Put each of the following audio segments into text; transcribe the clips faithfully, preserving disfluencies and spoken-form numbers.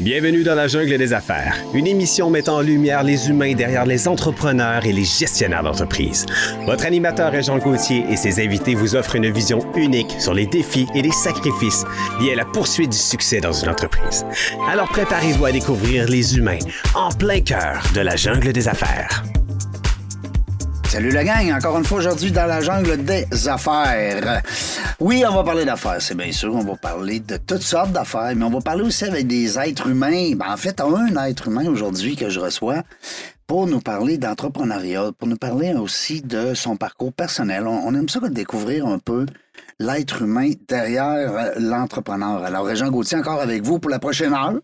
Bienvenue dans la jungle des affaires, une émission mettant en lumière les humains derrière les entrepreneurs et les gestionnaires d'entreprise. Votre animateur est Jean Gauthier et ses invités vous offrent une vision unique sur les défis et les sacrifices liés à la poursuite du succès dans une entreprise. Alors préparez-vous à découvrir les humains en plein cœur de la jungle des affaires. Salut la gang, encore une fois aujourd'hui dans la jungle des affaires. Oui, on va parler d'affaires, c'est bien sûr, on va parler de toutes sortes d'affaires, mais on va parler aussi avec des êtres humains. Ben, en fait, un être humain aujourd'hui que je reçois pour nous parler d'entrepreneuriat, pour nous parler aussi de son parcours personnel. On, on aime ça découvrir un peu l'être humain derrière l'entrepreneur. Alors, Jean Gauthier, encore avec vous pour la prochaine heure.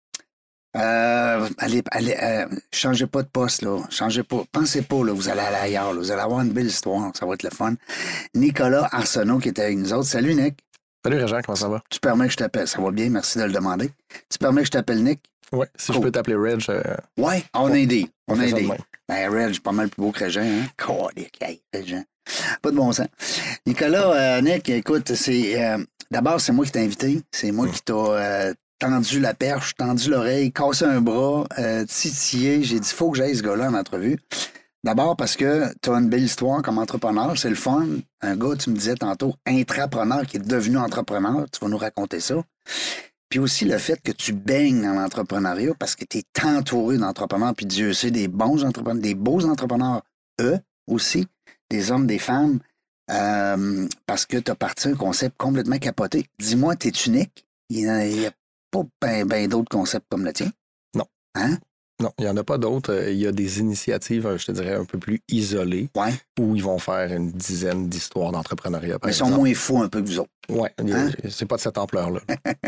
Euh, allez, allez, euh, changez pas de poste, là. Changez pas. Pensez pas, là, vous allez aller ailleurs, là. Vous allez avoir une belle histoire. Ça va être le fun. Nicolas Arsenault qui était avec nous autres. Salut, Nick. Salut, Régent. Comment ça va? Tu permets que je t'appelle? Ça va bien, merci de le demander. Tu permets que je t'appelle Nick? Oui, si cool. Je peux t'appeler Reg. Euh... Oui, on est des. On, on est des. De ben, Reg, pas mal plus beau que Régent, hein? Colique, hey, Régent. Pas de bon sens. Nicolas, euh, Nick, écoute, c'est. Euh, d'abord, c'est moi qui t'ai invité. C'est moi mmh. qui t'a. Euh, tendu la perche, tendu l'oreille, cassé un bras, euh, titillé. J'ai dit, il faut que j'aille ce gars-là en entrevue. D'abord parce que tu as une belle histoire comme entrepreneur, c'est le fun. Un gars, tu me disais tantôt, intrapreneur qui est devenu entrepreneur, tu vas nous raconter ça. Puis aussi le fait que tu baignes dans l'entrepreneuriat parce que tu es entouré d'entrepreneurs, puis Dieu sait, des bons entrepreneurs, des beaux entrepreneurs, eux aussi, des hommes, des femmes, euh, parce que tu as parti un concept complètement capoté. Dis-moi, t'es unique? Il y a, il y a pas bien ben d'autres concepts comme le tien? Non. Hein? Non, il n'y en a pas d'autres. Il y a des initiatives, je te dirais, un peu plus isolées, ouais. où ils vont faire une dizaine d'histoires d'entrepreneuriat. Mais ils sont moins fous un peu que vous autres. Oui, hein? C'est pas de cette ampleur-là.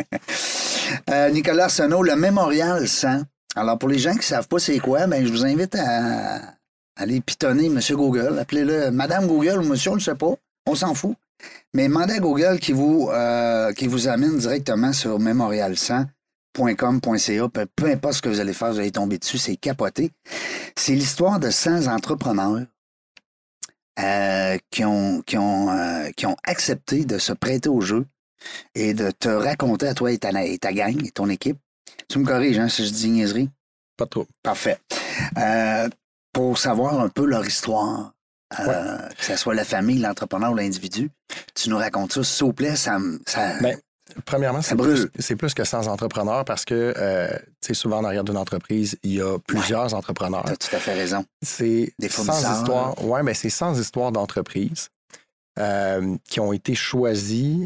euh, Nicolas Arsenault, le Mémorial cent. Alors, pour les gens qui ne savent pas c'est quoi, ben, je vous invite à, à aller pitonner M. Google. Appelez-le Madame Google ou Monsieur, on ne le sait pas. On s'en fout. Mais demandez à Google qui vous, euh, qui vous amène directement sur mémorial cent point com point c a. Peu, peu importe ce que vous allez faire, vous allez tomber dessus, c'est capoté. C'est l'histoire de cent entrepreneurs euh, qui, ont, qui, ont, euh, qui ont accepté de se prêter au jeu et de te raconter à toi et ta, et ta gang et ton équipe. Tu me corriges, hein, si je dis niaiserie? Pas trop. Parfait. Euh, pour savoir un peu leur histoire. Euh, ouais. Que ce soit la famille, l'entrepreneur ou l'individu. Tu nous racontes ça, s'il vous plaît, ça, ça, ben, premièrement, ça c'est brûle. Plus, c'est plus que cent entrepreneurs parce que, euh, tu sais, souvent en arrière d'une entreprise, il y a plusieurs ouais. entrepreneurs. Tu as tout à fait raison. C'est des cent histoires, ouais, ben, c'est cent histoires d'entreprises euh, qui ont été choisies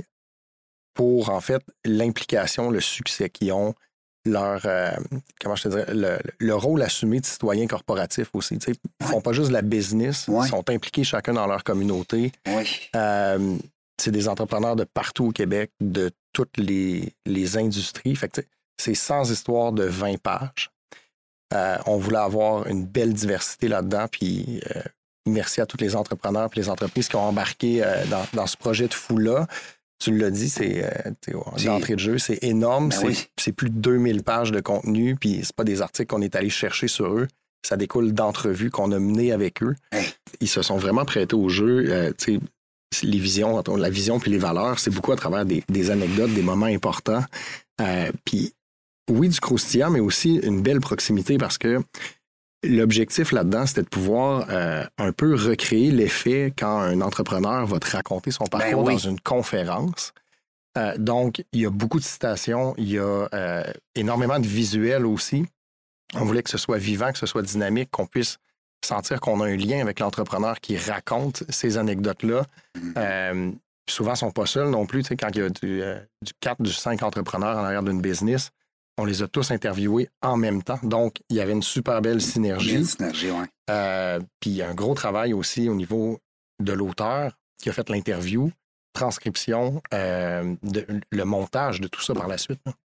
pour, en fait, l'implication, le succès qu'ils ont, leur, euh, comment je te dirais, le, le rôle assumé de citoyen corporatif aussi. Ils ne font pas juste de la business, ouais. ils sont impliqués chacun dans leur communauté. Oui. Euh, c'est des entrepreneurs de partout au Québec, de toutes les, les industries. Fait que, c'est cent histoires de vingt pages. Euh, on voulait avoir une belle diversité là-dedans, puis euh, merci à tous les entrepreneurs et les entreprises qui ont embarqué euh, dans, dans ce projet de fou-là. Tu l'as dit, c'est, euh, d'entrée de jeu, c'est énorme. Ben c'est, oui. c'est plus de deux mille pages de contenu, puis c'est pas des articles qu'on est allé chercher sur eux. Ça découle d'entrevues qu'on a menées avec eux. Hey. Ils se sont vraiment prêtés au jeu. Euh, tu sais, les visions, la vision puis les valeurs, c'est beaucoup à travers des, des anecdotes, des moments importants. Euh, puis oui, du croustillant, mais aussi une belle proximité parce que l'objectif là-dedans, c'était de pouvoir euh, un peu recréer l'effet quand un entrepreneur va te raconter son parcours ben oui. dans une conférence. Euh, donc, il y a beaucoup de citations, il y a euh, énormément de visuels aussi. On voulait que ce soit vivant, que ce soit dynamique, qu'on puisse sentir qu'on a un lien avec l'entrepreneur qui raconte ces anecdotes-là. Mm-hmm. Euh, souvent, ils ne sont pas seuls non plus. Tu sais, quand il y a du, euh, du quatre, du cinq entrepreneurs en arrière d'une business, on les a tous interviewés en même temps. Donc, il y avait une super belle synergie. Une synergie, oui. Euh, puis, il y a un gros travail aussi au niveau de l'auteur qui a fait l'interview, transcription, euh, de, le montage de tout ça par la suite. Là.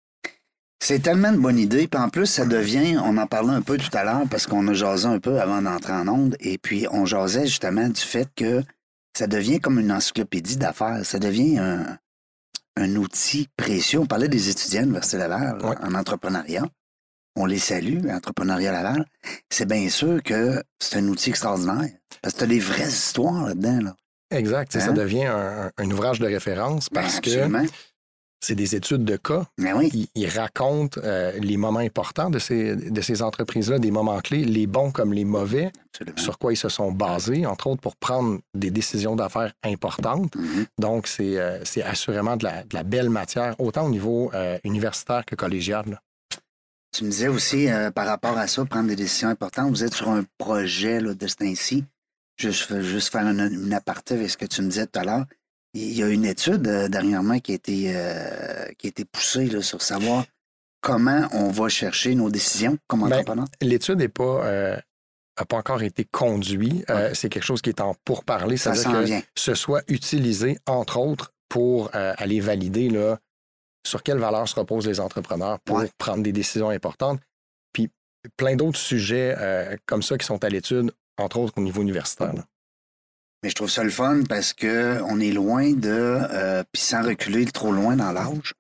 C'est tellement une bonne idée. Puis en plus, ça devient, on en parlait un peu tout à l'heure parce qu'on a jasé un peu avant d'entrer en onde. Et puis, on jasait justement du fait que ça devient comme une encyclopédie d'affaires. Ça devient un... un outil précieux. On parlait des étudiants de l'Université Laval ouais. en entrepreneuriat. On les salue, Entrepreneuriat Laval. C'est bien sûr que c'est un outil extraordinaire. Parce que tu as des vraies histoires là-dedans. Là. Exact. Hein? Ça devient un, un ouvrage de référence parce ben, absolument. que c'est des études de cas. Ben oui. Ils, ils racontent euh, les moments importants de ces, de ces entreprises-là, des moments clés, les bons comme les mauvais, Absolument. sur quoi ils se sont basés, entre autres pour prendre des décisions d'affaires importantes. Mm-hmm. Donc, c'est, euh, c'est assurément de la, de la belle matière, autant au niveau euh, universitaire que collégial. Là. Tu me disais aussi, euh, par rapport à ça, prendre des décisions importantes, vous êtes sur un projet là, de ce temps-ci. Juste, juste faire une, une aparté avec ce que tu me disais tout à l'heure. Il y a une étude euh, dernièrement qui a été, euh, qui a été poussée là, sur savoir comment on va chercher nos décisions comme entrepreneur. Ben, l'étude n'est pas, euh, a pas encore été conduite. Ouais. Euh, c'est quelque chose qui est en pourparlers. Ça C'est-à-dire s'en que vient. ce soit utilisé, entre autres, pour euh, aller valider là, sur quelle valeur se reposent les entrepreneurs pour Ouais. prendre des décisions importantes. Puis plein d'autres sujets euh, comme ça qui sont à l'étude, entre autres au niveau universitaire. Là. Mais je trouve ça le fun parce que on est loin de, euh, puis sans reculer trop loin dans l'âge,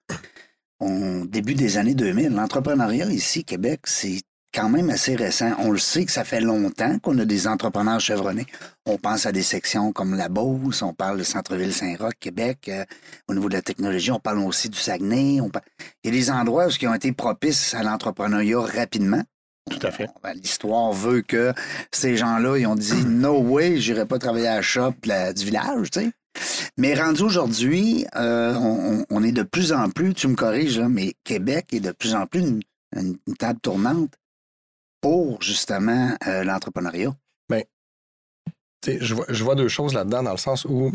au début des années deux mille, l'entrepreneuriat ici, Québec, c'est quand même assez récent. On le sait que ça fait longtemps qu'on a des entrepreneurs chevronnés. On pense à des sections comme la Beauce, on parle de Centre-Ville Saint-Roch, Québec. Euh, au niveau de la technologie, on parle aussi du Saguenay. On parle... Il y a des endroits où ils ont été propices à l'entrepreneuriat rapidement. Tout à fait. Ben, l'histoire veut que ces gens-là, ils ont dit « No way, j'irai pas travailler à la shop la, du village, tu sais. » Mais rendu aujourd'hui, euh, on, on est de plus en plus, tu me corriges, là, mais Québec est de plus en plus une, une, une table tournante pour, justement, euh, l'entrepreneuriat. Bien, tu sais, je vois, je vois deux choses là-dedans, dans le sens où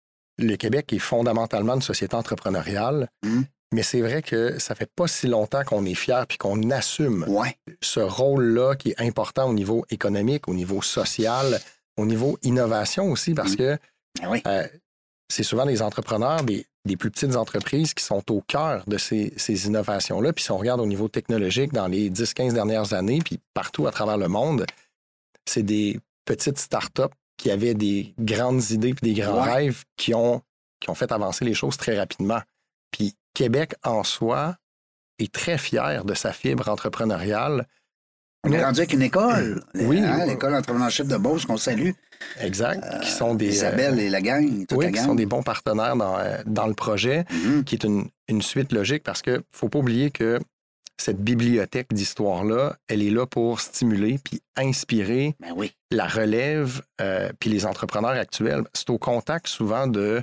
le Québec est fondamentalement une société entrepreneuriale, Mmh. mais c'est vrai que ça fait pas si longtemps qu'on est fier puis qu'on assume Ouais. ce rôle-là qui est important au niveau économique, au niveau social, au niveau innovation aussi, parce Mmh. que Ben oui. euh, c'est souvent les entrepreneurs des, des plus petites entreprises qui sont au cœur de ces, ces innovations-là. Puis si on regarde au niveau technologique dans les dix quinze dernières années, puis partout à travers le monde, c'est des petites startups qui avaient des grandes idées puis des grands Ouais. rêves qui ont, qui ont fait avancer les choses très rapidement. Puis Québec, en soi, est très fier de sa fibre entrepreneuriale. On est rendu avec une école. Oui. Hein, l'école d'entrepreneurship de Beauce qu'on salue. Exact. Euh, qui sont des, Isabelle euh, et la gang, toute oui, la qui gang. sont des bons partenaires dans, euh, dans le projet, Mhm. qui est une, une suite logique parce qu'il ne faut pas oublier que cette bibliothèque d'histoire-là, elle est là pour stimuler puis inspirer Ben oui. la relève euh, puis les entrepreneurs actuels. C'est au contact souvent de,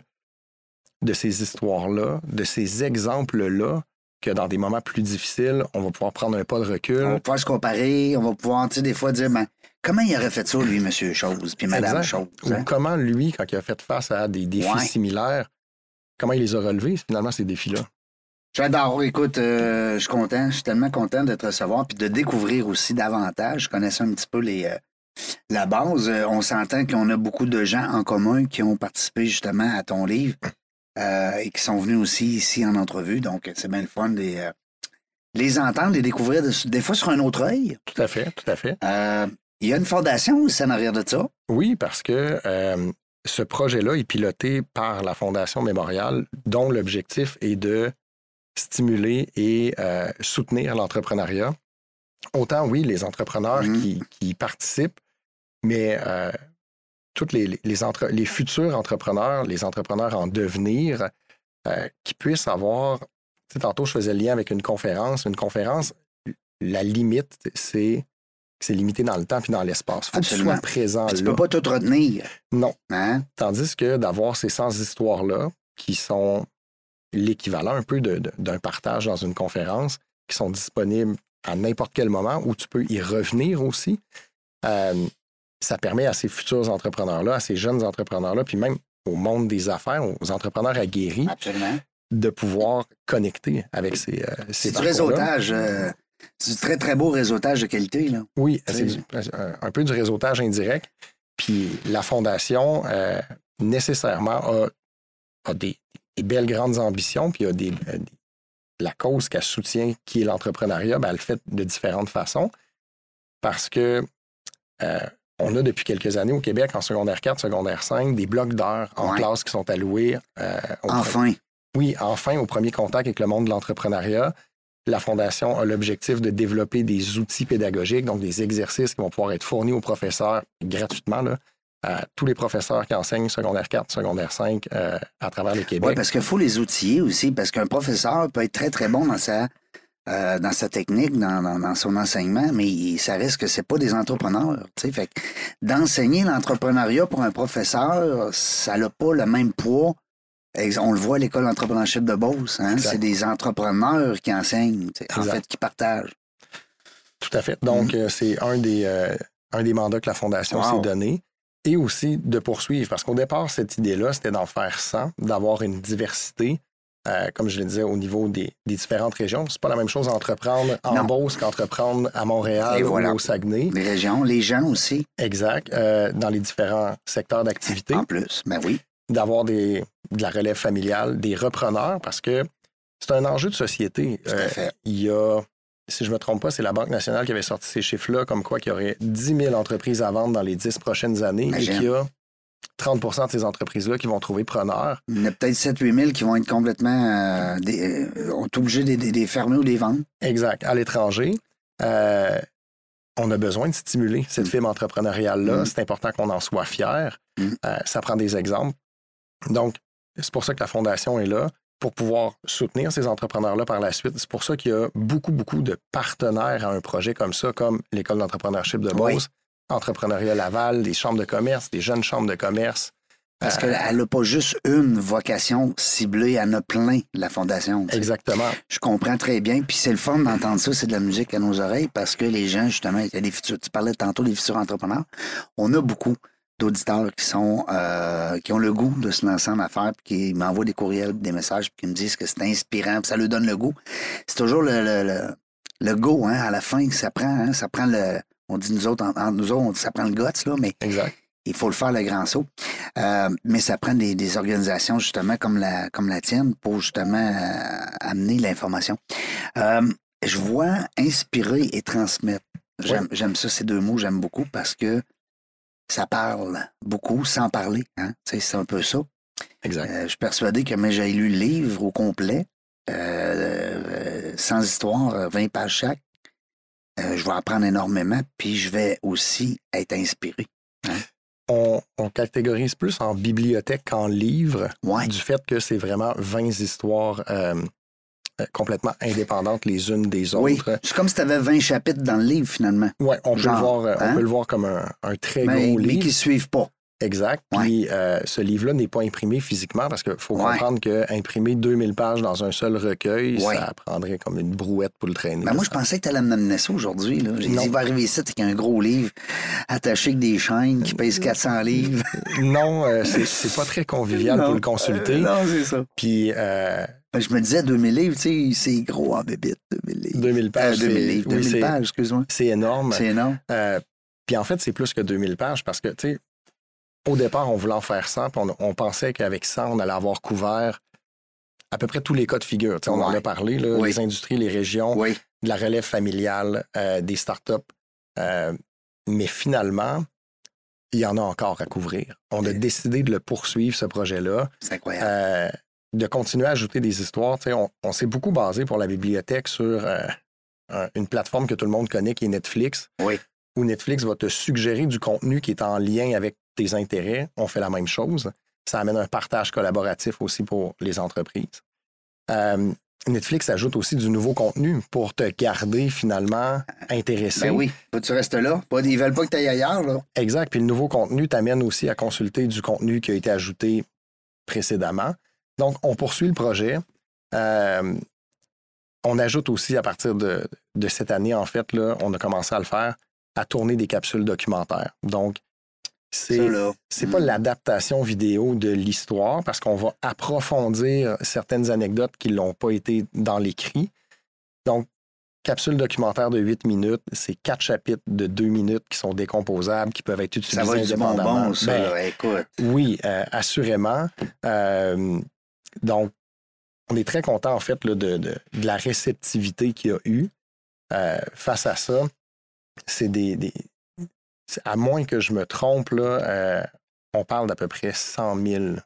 de ces histoires-là, de ces exemples-là, que dans des moments plus difficiles, on va pouvoir prendre un pas de recul. On va pouvoir se comparer, on va pouvoir, tu sais, des fois dire, ben, comment il aurait fait ça, lui, monsieur Chose, puis madame Exact. Chose. Ou hein? comment lui, quand il a fait face à des défis Ouais. similaires, comment il les a relevés, finalement, ces défis-là. J'adore. Écoute, euh, je suis content. Je suis tellement content de te recevoir puis de découvrir aussi davantage. Je connaissais un petit peu les, euh, la base. Euh, on s'entend qu'on a beaucoup de gens en commun qui ont participé justement à ton livre euh, et qui sont venus aussi ici en entrevue. Donc, c'est bien le fun de les, euh, les entendre, les découvrir de- des fois sur un autre œil. Tout à fait, tout à fait. Euh, il y a une fondation aussi en arrière de ça. Oui, parce que euh, ce projet-là est piloté par la Fondation Mémorial, dont l'objectif est de stimuler et euh, soutenir l'entrepreneuriat. Autant, oui, les entrepreneurs Mhm. qui, qui y participent, mais euh, tous les, les, entre, les futurs entrepreneurs, les entrepreneurs en devenir, euh, qui puissent avoir... Tu sais, tantôt, je faisais le lien avec une conférence. Une conférence, la limite, c'est que c'est limité dans le temps puis dans l'espace. Il faut que tu Absolument. sois présent Tu là. peux pas tout retenir. Non. Hein? Tandis que d'avoir ces cent histoires-là, qui sont l'équivalent un peu de- de- d'un partage dans une conférence, qui sont disponibles à n'importe quel moment, où tu peux y revenir aussi, euh, ça permet à ces futurs entrepreneurs-là, à ces jeunes entrepreneurs-là, puis même au monde des affaires, aux entrepreneurs aguerris, Absolument. de pouvoir connecter avec ces, euh, ces C'est du parcours-là. réseautage. euh, c'est du très, très beau réseautage de qualité, là. Oui, Tu c'est sais. du- un, un peu du réseautage indirect. Puis la Fondation, euh, nécessairement, a, a des, des belles grandes ambitions, puis a des, euh, des- la cause qu'elle soutient, qui est l'entrepreneuriat, ben, elle le fait de différentes façons. Parce que euh, on a depuis quelques années au Québec, en secondaire quatre, secondaire cinq, des blocs d'heures en Ouais. classe qui sont alloués. euh, au pre- Enfin. oui, enfin, au premier contact avec le monde de l'entrepreneuriat, la Fondation a l'objectif de développer des outils pédagogiques, donc des exercices qui vont pouvoir être fournis aux professeurs gratuitement, là, à tous les professeurs qui enseignent secondaire quatre, secondaire cinq euh, à travers le Québec. Oui, parce qu'il faut les outiller aussi, parce qu'un professeur peut être très, très bon dans sa, euh, dans sa technique, dans, dans, dans son enseignement, mais il, ça reste que c'est pas des entrepreneurs. Tu sais, fait que d'enseigner l'entrepreneuriat pour un professeur, ça n'a pas le même poids. On le voit à l'école d'entrepreneurship de Beauce, hein? C'est des entrepreneurs qui enseignent, tu sais, en fait, qui partagent. Tout à fait. Donc, mm-hmm. euh, c'est un des, euh, un des mandats que la Fondation wow. s'est donné. Et aussi de poursuivre, parce qu'au départ, cette idée-là, c'était d'en faire cent, d'avoir une diversité, euh, comme je le disais, au niveau des, des différentes régions. C'est pas la même chose entreprendre en non. Beauce qu'entreprendre à Montréal voilà. ou au Saguenay. Les régions, les gens aussi. Exact, euh, dans les différents secteurs d'activité. En plus, ben oui. D'avoir des, de la relève familiale, des repreneurs, parce que c'est un enjeu de société. Tout à euh, fait. Il y a... Si je ne me trompe pas, c'est la Banque nationale qui avait sorti ces chiffres-là, comme quoi qu'il y aurait dix mille entreprises à vendre dans les dix prochaines années Imagine. Et qu'il y a trente pour cent de ces entreprises-là qui vont trouver preneurs. Il y en a peut-être sept à huit mille qui vont être complètement... Euh, des, euh, ont obligé de les fermer ou de les vendre. Exact. À l'étranger, euh, on a besoin de stimuler cette mm. fibre entrepreneuriale-là. Mm. C'est important qu'on en soit fier. Mm. Euh, ça prend des exemples. Donc, c'est pour ça que la Fondation est là, pour pouvoir soutenir ces entrepreneurs-là par la suite. C'est pour ça qu'il y a beaucoup, beaucoup de partenaires à un projet comme ça, comme l'École d'entrepreneurship de Beauce, oui. Entrepreneuriat Laval, les chambres de commerce, des jeunes chambres de commerce. Parce euh, qu'elle n'a pas juste une vocation ciblée, elle en a plein, la Fondation. T'sais. Exactement. Je comprends très bien. Puis c'est le fun d'entendre ça, c'est de la musique à nos oreilles, parce que les gens, justement, il y a des futurs, tu parlais tantôt des futurs entrepreneurs, on a beaucoup d'auditeurs qui sont euh, qui ont le goût de se lancer en affaires, puis qui m'envoient des courriels, des messages, puis qui me disent que c'est inspirant, puis ça leur donne le goût. C'est toujours le, le, le, le go, hein, à la fin, que ça prend, hein, ça prend le... On dit nous autres, entre en, nous autres, on dit ça prend le guts, là, mais exact. Il faut le faire, le grand saut. Euh, mais ça prend des, des organisations, justement, comme la, comme la tienne, pour justement euh, amener l'information. Euh, je vois inspirer et transmettre. J'aime, ouais. j'aime ça, ces deux mots, j'aime beaucoup, parce que ça parle beaucoup sans parler. Hein? C'est un peu ça. Exact. Euh, je suis persuadé que mais j'ai lu le livre au complet, euh, euh, sans histoire, vingt pages chaque. Euh, je vais apprendre énormément, puis je vais aussi être inspiré. Hein? On, on catégorise plus en bibliothèque qu'en livre, ouais. du fait que c'est vraiment vingt histoires euh, complètement indépendantes les unes des autres. Oui, c'est comme si tu avais vingt chapitres dans le livre, finalement. Oui, on, peut le voir, hein? on peut le voir comme un, un très mais, gros livre. Mais qui ne suivent pas. Exact. Ouais. Puis euh, ce livre-là n'est pas imprimé physiquement parce qu'il faut ouais. comprendre qu'imprimer deux mille pages dans un seul recueil, ouais. ça prendrait comme une brouette pour le traîner. Ben moi, je pensais que tu allais m'amener ça aujourd'hui. Là. J'ai dit, il va arriver ici avec un gros livre attaché avec des chaînes qui pèse quatre cents livres. Non, euh, c'est, c'est pas très convivial non. pour le consulter. Euh, non, c'est ça. Puis... Euh, ben, je me disais, deux mille livres, tu sais, c'est gros en bébite, deux mille livres. deux mille pages. Euh, deux mille livres, oui, deux mille pages, excuse-moi. C'est énorme. C'est énorme. Euh, puis en fait, c'est plus que deux mille pages parce que, tu sais, au départ, on voulait en faire cent, puis on, on pensait qu'avec cent, on allait avoir couvert à peu près tous les cas de figure. T'sais, on ouais. en a parlé, là, oui. les industries, les régions, oui. de la relève familiale, euh, des startups. Euh, mais finalement, il y en a encore à couvrir. On a décidé de le poursuivre, ce projet-là. C'est incroyable. Euh, de continuer à ajouter des histoires. On, on s'est beaucoup basé pour la bibliothèque sur euh, un, une plateforme que tout le monde connaît, qui est Netflix. Oui. Où Netflix va te suggérer du contenu qui est en lien avec tes intérêts. On fait la même chose. Ça amène un partage collaboratif aussi pour les entreprises. Euh, Netflix ajoute aussi du nouveau contenu pour te garder finalement intéressé. Ben oui, faut que tu restes là. Ils ne veulent pas que tu ailles ailleurs. Là. Exact. Puis le nouveau contenu t'amène aussi à consulter du contenu qui a été ajouté précédemment. Donc, on poursuit le projet. Euh, on ajoute aussi à partir de, de cette année, en fait, là, on a commencé à le faire, à tourner des capsules documentaires. Donc, c'est, c'est pas l'adaptation vidéo de l'histoire parce qu'on va approfondir certaines anecdotes qui l'ont pas été dans l'écrit. Donc, capsule documentaire de huit minutes, c'est quatre chapitres de deux minutes qui sont décomposables, qui peuvent être utilisés ça va indépendamment. Du bonbon, ça, ben, là, écoute. Oui, euh, assurément. Euh, donc, on est très content, en fait, là, de, de, de la réceptivité qu'il y a eu. Euh, face à ça, c'est des... des à moins que je me trompe, là, euh, on parle d'à peu près cent mille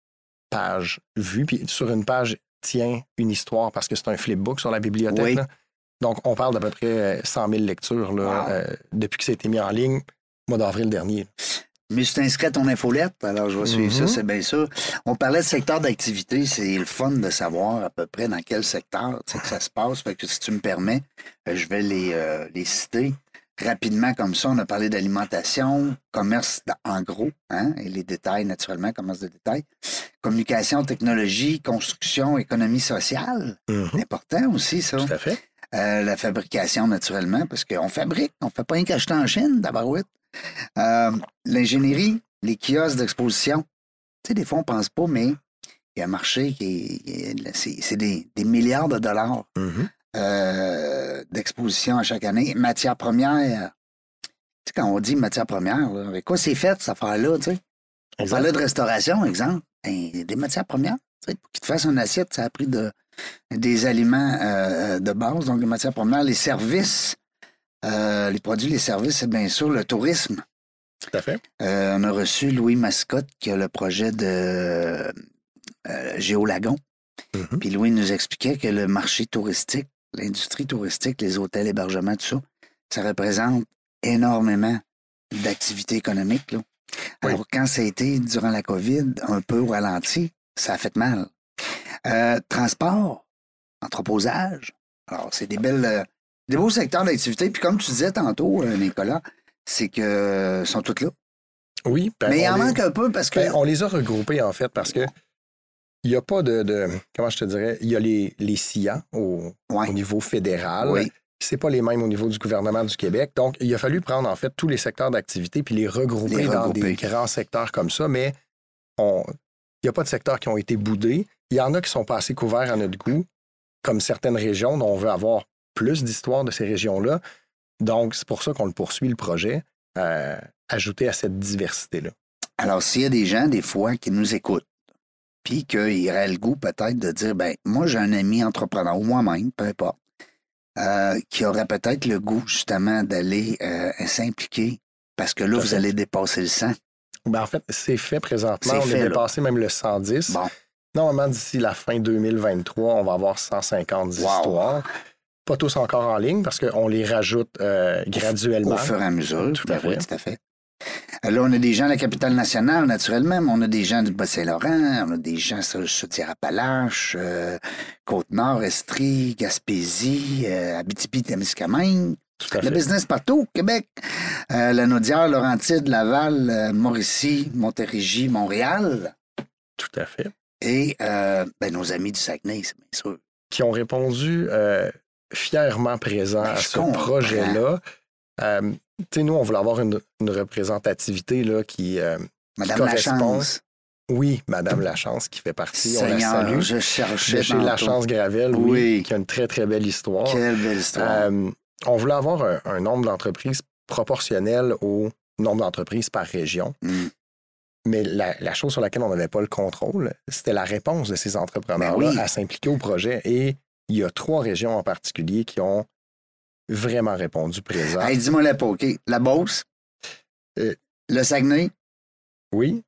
pages vues. Puis sur une page tient une histoire parce que c'est un flipbook sur la bibliothèque. Oui. Là. Donc, on parle d'à peu près cent mille lectures là, wow. euh, depuis que ça a été mis en ligne, mois d'avril dernier. Je me suis inscrit à ton infolette, alors je vais suivre Mm-hmm. ça, c'est bien ça. On parlait de secteur d'activité, c'est le fun de savoir à peu près dans quel secteur tu sais, que ça se passe. Fait que si tu me permets, euh, je vais les, euh, les citer rapidement comme ça. On a parlé d'alimentation, commerce en gros, hein, et les détails naturellement, commerce de détail. Communication, technologie, construction, économie sociale. Mm-hmm. C'est important aussi, ça. Tout à fait. Euh, la fabrication, naturellement, parce qu'on fabrique, on ne fait pas rien qu'acheter en Chine, tabarouette. Euh, l'ingénierie, les kiosques d'exposition. Tu sais, des fois, on ne pense pas, mais il y a un marché qui est. C'est, c'est des, des milliards de dollars Mm-hmm. euh, d'exposition à chaque année. Matières premières. Tu sais, quand on dit matières premières, là, avec quoi c'est fait, cette affaire-là, tu sais? On Exact. parlait de restauration, exemple. Ben, des matières premières. Tu sais, pour qu'ils te fassent une assiette, ça a pris de, des aliments euh, de base, donc les matières premières, les services. Euh, les produits, les services, c'est bien sûr le tourisme. Tout à fait. Euh, on a reçu Louis Mascotte qui a le projet de euh, Géolagon. Mm-hmm. Puis Louis nous expliquait que le marché touristique, l'industrie touristique, les hôtels, hébergements, tout ça, ça représente énormément d'activités économiques. Là. Alors, oui. Quand ça a été durant la COVID, un peu au ralenti, ça a fait mal. Euh, transport, entreposage. Alors, c'est des belles... Euh, des beaux secteurs d'activité. Puis comme tu disais tantôt, euh, Nicolas, c'est que euh, sont toutes là. Oui. Ben, mais il en les... manque un peu parce que... Ben, on les a regroupés, en fait, parce que il n'y a pas de, de... Comment je te dirais? Il y a les, les S I A au, ouais. au niveau fédéral. Oui. C'est pas les mêmes au niveau du gouvernement du Québec. Donc, il a fallu prendre, en fait, tous les secteurs d'activité puis les regrouper, les regrouper. dans des grands secteurs comme ça. Mais on... il n'y a pas de secteurs qui ont été boudés. Il y en a qui sont pas assez couverts à notre goût, comme certaines régions dont on veut avoir plus d'histoire de ces régions-là. Donc, c'est pour ça qu'on le poursuit, le projet, euh, ajouté à cette diversité-là. Alors, s'il y a des gens, des fois, qui nous écoutent, puis qu'ils auraient le goût peut-être de dire, ben moi, j'ai un ami entrepreneur, ou moi-même, peu importe, euh, qui aurait peut-être le goût, justement, d'aller euh, s'impliquer, parce que là, vous allez dépasser le cent. Ben, en fait, c'est fait présentement. C'est on fait, a dépassé même le cent dix. Bon. Normalement, d'ici la fin deux mille vingt-trois, on va avoir cent cinquante wow. histoires. Pas tous encore en ligne parce qu'on les rajoute euh, graduellement. Au fur et à mesure. Tout à fait. Oui, tout à fait. Là, on a des gens de la capitale nationale, naturellement, mais on a des gens du Bas-Saint-Laurent, on a des gens sur le Chaudière-Appalaches, euh, Côte-Nord, Estrie, Gaspésie, euh, Abitibi-Témiscamingue. Tout à le fait. business partout, Québec. Euh, la Naudière, Laurentide, Laval, euh, Mauricie, Montérégie, Montréal. Tout à fait. Et euh, ben, nos amis du Saguenay, c'est bien sûr. Qui ont répondu euh, fièrement présents ben, à ce comprends. projet-là. Euh, tu sais, nous, on voulait avoir une, une représentativité là, qui, euh, Madame qui correspond. Lachance. Oui, Madame Lachance qui fait partie. Seigneur, on la salue. je cherchais de chez Lachance Gravel, oui, oui, qui a une très, très belle histoire. Quelle belle histoire. Euh, on voulait avoir un, un nombre d'entreprises proportionnel au nombre d'entreprises par région. Mm. Mais la, la chose sur laquelle on n'avait pas le contrôle, c'était la réponse de ces entrepreneurs-là ben oui. à s'impliquer au projet. Et il y a trois régions en particulier qui ont vraiment répondu présent. Hey, dis-moi la OK. La Beauce, euh, le Saguenay, oui.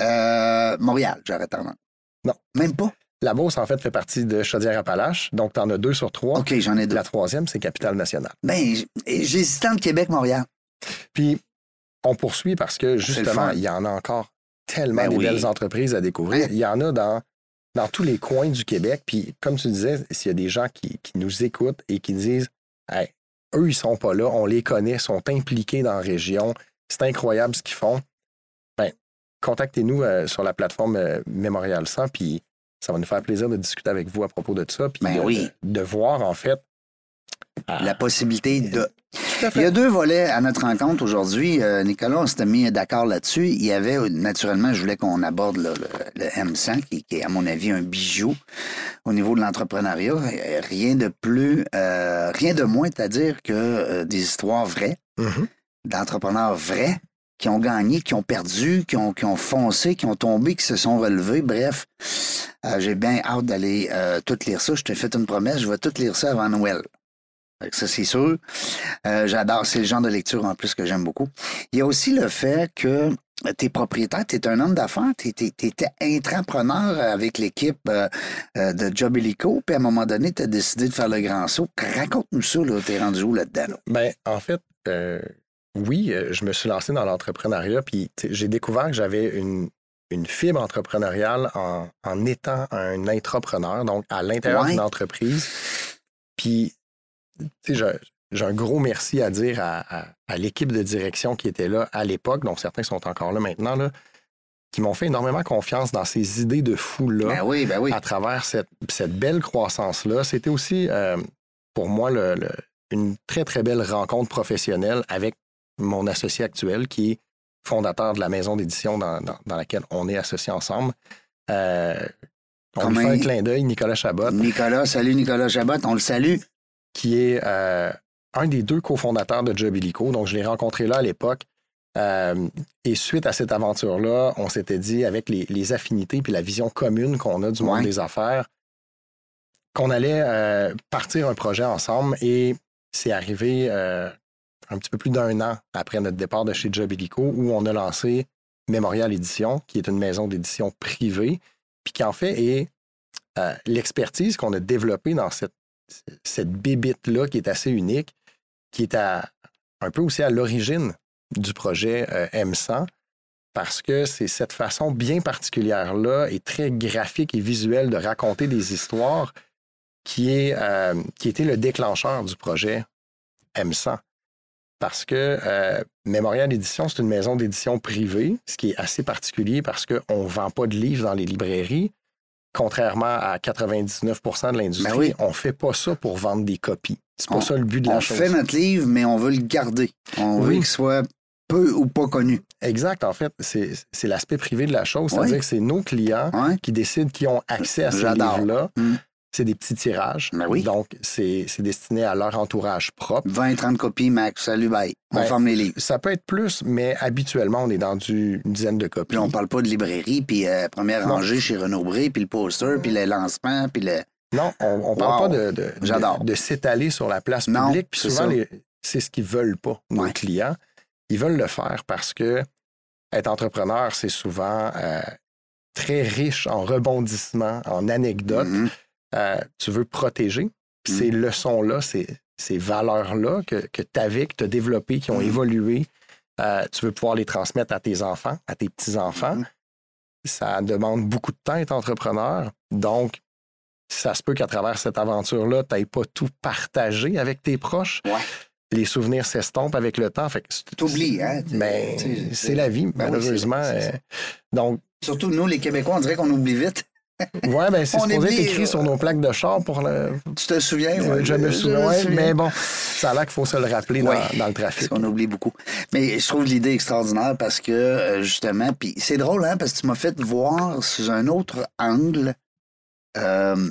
Euh, Montréal, j'aurais tendance. Non. Même pas? La Beauce, en fait, fait partie de Chaudière-Appalaches. Donc, tu en as deux sur trois. OK, j'en ai deux. La troisième, c'est Capitale-Nationale. Ben, j'hésitais entre Québec-Montréal. Puis, on poursuit parce que, justement, il y en a encore tellement ben de oui. belles entreprises à découvrir. Hein? Il y en a dans, dans tous les coins du Québec. Puis, comme tu disais, s'il y a des gens qui, qui nous écoutent et qui disent hey, eux, ils sont pas là, on les connaît, sont impliqués dans la région, c'est incroyable ce qu'ils font. Ben, contactez-nous euh, sur la plateforme euh, Mémorial cent, puis ça va nous faire plaisir de discuter avec vous à propos de ça, puis ben de, oui. de, de voir, en fait, à... la possibilité de... Tout à fait. Il y a deux volets à notre rencontre aujourd'hui. Euh, Nicolas, on s'était mis d'accord là-dessus. Il y avait, naturellement, je voulais qu'on aborde le, le, le M cent, qui, qui est, à mon avis, un bijou au niveau de l'entrepreneuriat. Rien de plus, euh, rien de moins, c'est-à-dire que euh, des histoires vraies, mm-hmm. d'entrepreneurs vrais, qui ont gagné, qui ont perdu, qui ont, qui ont foncé, qui ont tombé, qui se sont relevés. Bref, euh, j'ai bien hâte d'aller euh, tout lire ça. Je t'ai fait une promesse, je vais tout lire ça avant Noël. Ça, c'est sûr. Euh, j'adore. C'est le genre de lecture, en plus, que j'aime beaucoup. Il y a aussi le fait que tu es propriétaire, tu es un homme d'affaires, tu étais intrapreneur avec l'équipe euh, de Job Illico, puis à un moment donné, tu as décidé de faire le grand saut. Raconte-nous ça, là. T'es rendu où là-dedans? Là? Bien, en fait, euh, oui, je me suis lancé dans l'entrepreneuriat, puis j'ai découvert que j'avais une, une fibre entrepreneuriale en, en étant un intrapreneur, donc à l'intérieur ouais. d'une entreprise. Puis, tu sais, j'ai un gros merci à dire à, à, à l'équipe de direction qui était là à l'époque, dont certains sont encore là maintenant, là, qui m'ont fait énormément confiance dans ces idées de fou-là ben oui, ben oui. à travers cette, cette belle croissance-là. C'était aussi, euh, pour moi, le, le, une très, très belle rencontre professionnelle avec mon associé actuel, qui est fondateur de la maison d'édition dans, dans, dans laquelle on est associés ensemble. Euh, on Comment lui fait un clin d'œil, Nicolas Chabot. Nicolas, salut Nicolas Chabot, on le salue. Qui est euh, un des deux cofondateurs de Job Illico. Donc, je l'ai rencontré là à l'époque. Euh, et suite à cette aventure-là, on s'était dit, avec les, les affinités puis la vision commune qu'on a du monde ouais. des affaires, qu'on allait euh, partir un projet ensemble. Et c'est arrivé euh, un petit peu plus d'un an après notre départ de chez Job Illico, où on a lancé Mémorial Édition, qui est une maison d'édition privée, puis qui en fait est euh, l'expertise qu'on a développée dans cette, cette bébite-là qui est assez unique, qui est à, un peu aussi à l'origine du projet euh, M cent, parce que c'est cette façon bien particulière-là et très graphique et visuelle de raconter des histoires qui, est, euh, qui était le déclencheur du projet M cent. Parce que euh, Mémorial Édition, c'est une maison d'édition privée, ce qui est assez particulier parce qu'on ne vend pas de livres dans les librairies. Contrairement à quatre-vingt-dix-neuf pour cent de l'industrie, ben oui. on ne fait pas ça pour vendre des copies. C'est pas on, ça le but de la on chose. On fait notre livre, mais on veut le garder. On oui. veut qu'il soit peu ou pas connu. Exact. En fait, c'est, c'est l'aspect privé de la chose. C'est-à-dire oui. que c'est nos clients oui. qui décident qui ont accès à ces J'adore. livres-là. Mm. C'est des petits tirages. Ben oui. Donc, c'est, c'est destiné à leur entourage propre. vingt trente copies, max. Salut, bye. On ben, ferme les livres. Ça peut être plus, mais habituellement, on est dans du, une dizaine de copies. Puis on parle pas de librairie, puis euh, première non. rangée chez Renaud-Bré, puis le poster, puis le lancement, puis le... Non, on ne parle wow. pas de, de, J'adore. de, de s'étaler sur la place non, publique. Puis souvent, c'est, les, c'est ce qu'ils veulent pas, nos ouais. clients. Ils veulent le faire parce que être entrepreneur, c'est souvent euh, très riche en rebondissements, en anecdotes. Mm-hmm. Euh, tu veux protéger. Puis mm. ces leçons-là, ces, ces valeurs-là que, que tu avais, que tu as développées, qui ont mm. évolué, euh, tu veux pouvoir les transmettre à tes enfants, à tes petits-enfants. Mm. Ça demande beaucoup de temps être entrepreneur. Donc, ça se peut qu'à travers cette aventure-là, tu n'aies pas tout partagé avec tes proches. Ouais. Les souvenirs s'estompent avec le temps. T'oublies, hein? Mais c'est, c'est la vie, ben malheureusement. Oui, c'est, c'est euh, donc, surtout, nous, les Québécois, on dirait qu'on oublie vite. Oui, bien, c'est supposé être écrit euh... sur nos plaques de char pour le... Tu te souviens? Euh, ouais, je me souviens, ouais, mais bon, ça a l'air qu'il faut se le rappeler ouais, dans, dans le trafic. Parce qu'on oublie beaucoup. Mais je trouve l'idée extraordinaire parce que, justement, puis c'est drôle, hein, parce que tu m'as fait voir sous un autre angle euh,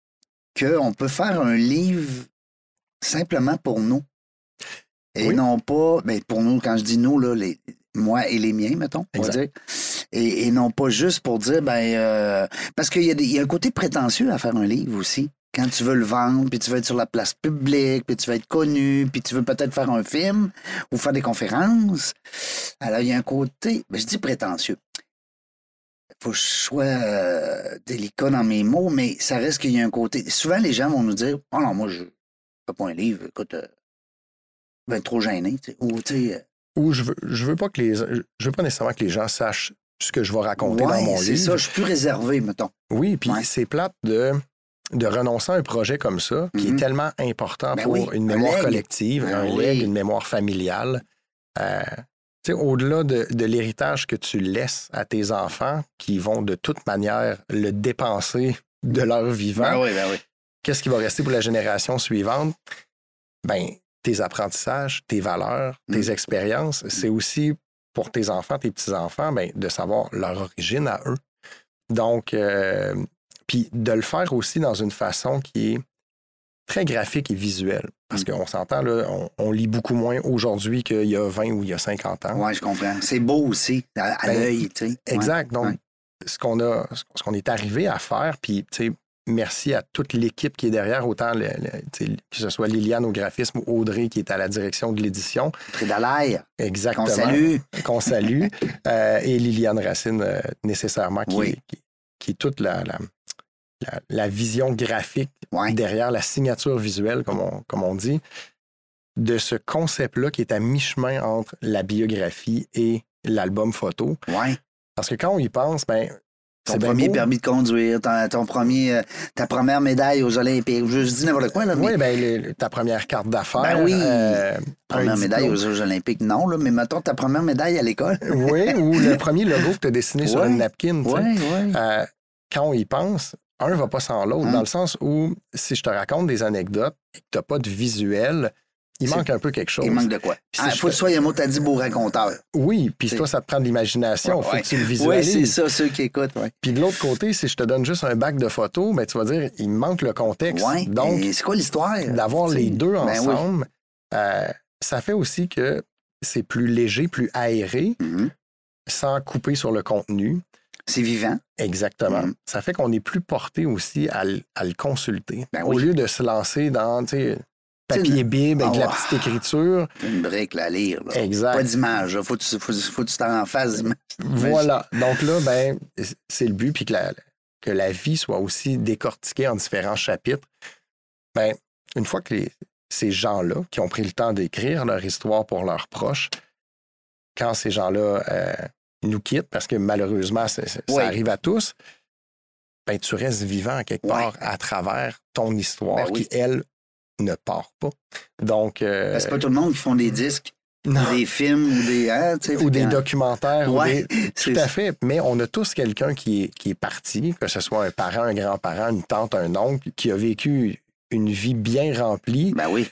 qu'on peut faire un livre simplement pour nous. Et oui. non pas, ben pour nous, quand je dis nous, là, les, moi et les miens, mettons, on va dire. Et, et non pas juste pour dire, ben, euh, parce qu'il y a, des, il y a un côté prétentieux à faire un livre aussi. Quand tu veux le vendre, puis tu veux être sur la place publique, puis tu veux être connu, puis tu veux peut-être faire un film ou faire des conférences. Alors, il y a un côté, ben, je dis prétentieux. Il faut que je sois euh, délicat dans mes mots, mais ça reste qu'il y a un côté. Souvent, les gens vont nous dire, oh non, moi, je ne fais pas un livre, écoute, euh, je vais être trop gêné, tu sais, ou tu sais. Ou je veux, je veux pas que les, je veux pas nécessairement que les gens sachent ce que je vais raconter ouais, dans mon c'est livre. C'est ça, je suis plus réservé, mettons. Oui, puis ouais. c'est plate de, de renoncer à un projet comme ça, qui mm-hmm. est tellement important ben pour oui, une mémoire leg. collective, ben un oui. leg, une mémoire familiale. Euh, tu sais, au-delà de, de l'héritage que tu laisses à tes enfants, qui vont de toute manière le dépenser de leur vivant, ben oui, ben oui. qu'est-ce qui va rester pour la génération suivante? Ben, tes apprentissages, tes valeurs, tes mm. expériences, c'est aussi pour tes enfants, tes petits-enfants, ben, de savoir leur origine à eux. Donc, euh, puis de le faire aussi dans une façon qui est très graphique et visuelle. Parce mm. qu'on s'entend, là, on, on lit beaucoup moins aujourd'hui qu'il y a vingt ou il y a cinquante ans. Oui, je comprends. C'est beau aussi, à, à ben, l'œil, tu sais. Exact. Ouais. Donc, ouais. ce qu'on a, ce qu'on est arrivé à faire, puis, tu sais, merci à toute l'équipe qui est derrière, autant le, le, que ce soit Liliane au graphisme ou Audrey qui est à la direction de l'édition. Trédalaire. Exactement. Qu'on salue. Qu'on salue. euh, et Liliane Racine, euh, nécessairement, qui, oui. qui, qui est toute la, la, la, la vision graphique ouais. derrière la signature visuelle, comme on, comme on dit. de ce concept-là qui est à mi-chemin entre la biographie et l'album photo. Ouais. Parce que quand on y pense, ben ton c'est premier beau. permis de conduire, ton, ton premier, euh, ta première médaille aux Olympiques, je dis n'importe quoi. Là, mais... Oui, ben, le, ta première carte d'affaires. Ben oui. Euh, première médaille aux Jeux Olympiques, non, là, mais mettons ta première médaille à l'école. Oui, ou le premier logo que tu as dessiné ouais. sur une napkin. Oui, oui. Euh, quand on y pense, un ne va pas sans l'autre, hum. dans le sens où si je te raconte des anecdotes et que tu n'as pas de visuel, il c'est... manque un peu quelque chose. Il manque de quoi? Il ah, faut que tu sois un mot, t'as dit beau raconteur. Oui, puis toi, ça te prend de l'imagination. Il faut ouais. que tu le visualises. Oui, c'est ça, ceux qui écoutent. Ouais. Puis de l'autre côté, si je te donne juste un bac de photos, ben, tu vas dire, il manque le contexte. Oui, donc, c'est quoi l'histoire? D'avoir t'sais. les deux ben ensemble, oui. euh, ça fait aussi que c'est plus léger, plus aéré, mm-hmm. sans couper sur le contenu. C'est vivant. Exactement. Mm-hmm. Ça fait qu'on est plus porté aussi à, l- à le consulter. Ben Au oui. lieu de se lancer dans, tu sais, papier bible avec oh, de la petite écriture. Une brique là, à lire. Là. Exact. Pas d'image. Il faut que tu faut, faut tu t'en fasses d'image. Voilà. Donc là, ben, c'est le but, puis que la, que la vie soit aussi décortiquée en différents chapitres. Ben, une fois que les, ces gens-là, qui ont pris le temps d'écrire leur histoire pour leurs proches, quand ces gens-là euh, nous quittent, parce que malheureusement, c'est, c'est, oui. ça arrive à tous, ben, tu restes vivant à quelque part oui. à travers ton histoire ben oui. qui, elle, ne part pas. Donc, euh, ben, c'est pas tout le monde qui font des disques, non. ou des films, ou des, hein, ou des documentaires. Ouais, ou des... Tout à fait. Mais on a tous quelqu'un qui est, qui est parti, que ce soit un parent, un grand-parent, une tante, un oncle, qui a vécu une vie bien remplie. Ben oui.